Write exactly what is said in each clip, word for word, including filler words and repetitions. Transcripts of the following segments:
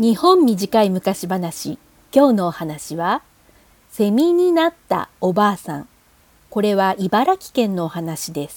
日本短い昔話。今日のお話はセミになったおばあさん。これは茨城県のお話です。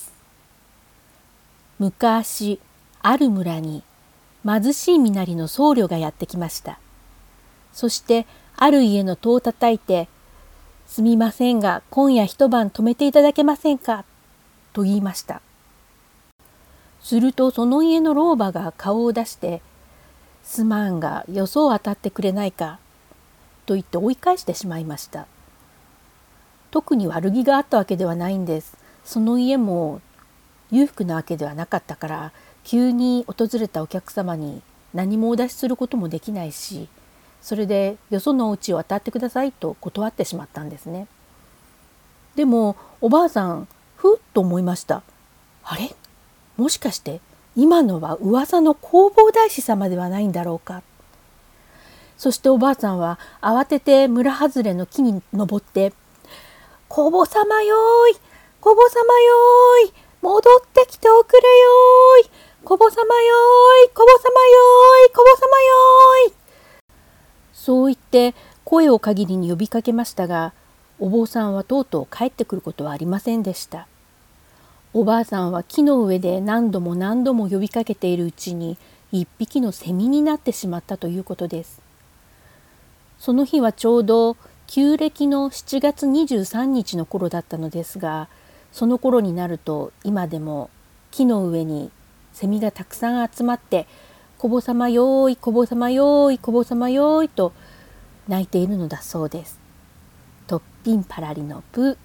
昔ある村に貧しい身なりの僧侶がやってきました。そしてある家の戸を叩いて、すみませんが今夜一晩泊めていただけませんかと言いました。するとその家の老婆が顔を出して、すまんがよそを当たってくれないかと言って追い返してしまいました。特に悪気があったわけではないんです。その家も裕福なわけではなかったから、急に訪れたお客様に何もお出しすることもできないし、それでよそのお家を当たってくださいと断ってしまったんですね。でもおばあさんふっと思いました。あれ、もしかして今のは噂の弘法大師様ではないんだろうか。そしておばあさんは慌てて村外れの木に登って「弘法様よーい、弘法様よーい、戻ってきておくれよーい、弘法様よーい、弘法様よーい、弘法様よーい」そう言って声を限りに呼びかけましたが、お坊さんはとうとう帰ってくることはありませんでした。おばあさんは木の上で何度も何度も呼びかけているうちに一匹のセミになってしまったということです。その日はちょうど旧暦のしちがつにじゅうさんにちの頃だったのですが、その頃になると今でも木の上にセミがたくさん集まって「こぼさまよーい、こぼさまよーい、こぼさまよーい」と鳴いているのだそうです。とっぴんパラリのプ。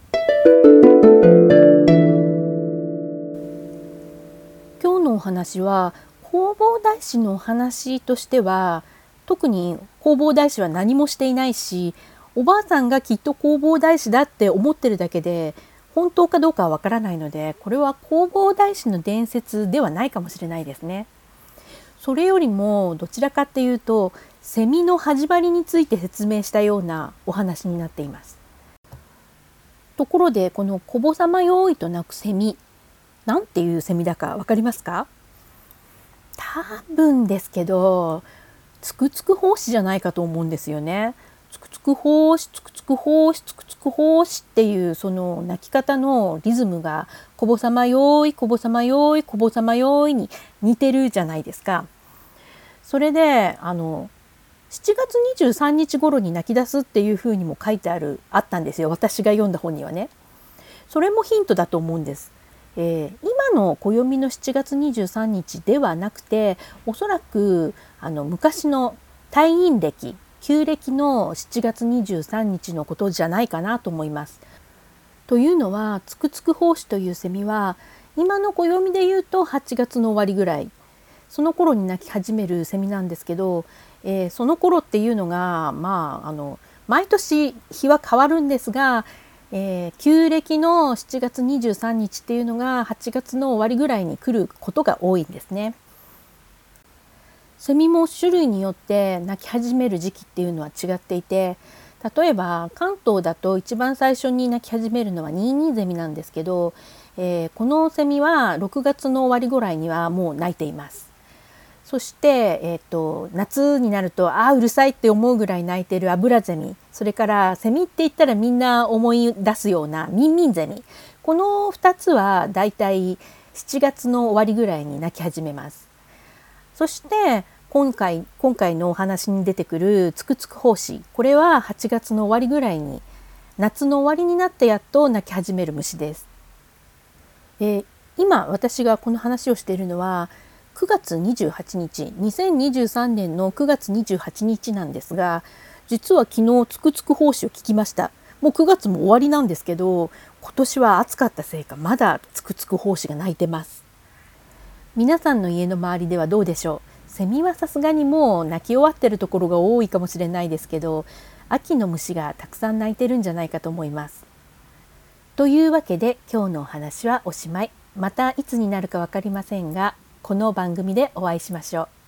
今日のお話は弘法大師のお話としては、特に弘法大師は何もしていないし、おばあさんがきっと弘法大師だって思ってるだけで本当かどうかはわからないので、これは弘法大師の伝説ではないかもしれないですね。それよりもどちらかっていうとセミの始まりについて説明したようなお話になっています。ところでこのこぼさまよーいと鳴くセミ、なんていうセミだかわかりますか？多分ですけどつくつく胞子じゃないかと思うんですよね。つくつく胞子、つくつく胞子、つくつく胞子っていうその鳴き方のリズムがこぼさまよーい、こぼさまよーい、こぼさまよーいに似てるじゃないですか。それであのしちがつにじゅうさんにち頃に鳴き出すっていうふうにも書いてあるあったんですよ。私が読んだ本にはね。それもヒントだと思うんです。えー、今の暦のしちがつにじゅうさんにちではなくて、おそらくあの昔の太陰暦、旧暦のしちがつにじゅうさんにちのことじゃないかなと思います。というのはつくつく胞子というセミは今の暦で言うとはちがつの終わりぐらい、その頃に鳴き始めるセミなんですけど、えー、その頃っていうのがまああの毎年日は変わるんですが、えー、旧暦のしちがつにじゅうさんにちっていうのがはちがつの終わりぐらいに来ることが多いんですね。セミも種類によって鳴き始める時期っていうのは違っていて、例えば関東だと一番最初に鳴き始めるのはニーニーゼミなんですけど、えー、このセミはろくがつの終わりぐらいにはもう鳴いています。そして、えー、と夏になるとああうるさいって思うぐらい鳴いているアブラゼミ、それからセミって言ったらみんな思い出すようなミンミンゼミ、このふたつはだいたいしちがつの終わりぐらいに鳴き始めます。そして今回今回のお話に出てくるつくつく胞子、これははちがつの終わりぐらいに、夏の終わりになってやっと鳴き始める虫です。えー、今私がこの話をしているのはくがつにじゅうはちにち、にせんにじゅうさんねんのくがつにじゅうはちにちなんですが、実は昨日つくつく胞子を聞きました。もうくがつも終わりなんですけど、今年は暑かったせいかまだつくつく胞子が鳴いてます。皆さんの家の周りではどうでしょう。セミはさすがにもう鳴き終わってるところが多いかもしれないですけど、秋の虫がたくさん鳴いてるんじゃないかと思います。というわけで今日のお話はおしまい。またいつになるか分かりませんが、この番組でお会いしましょう。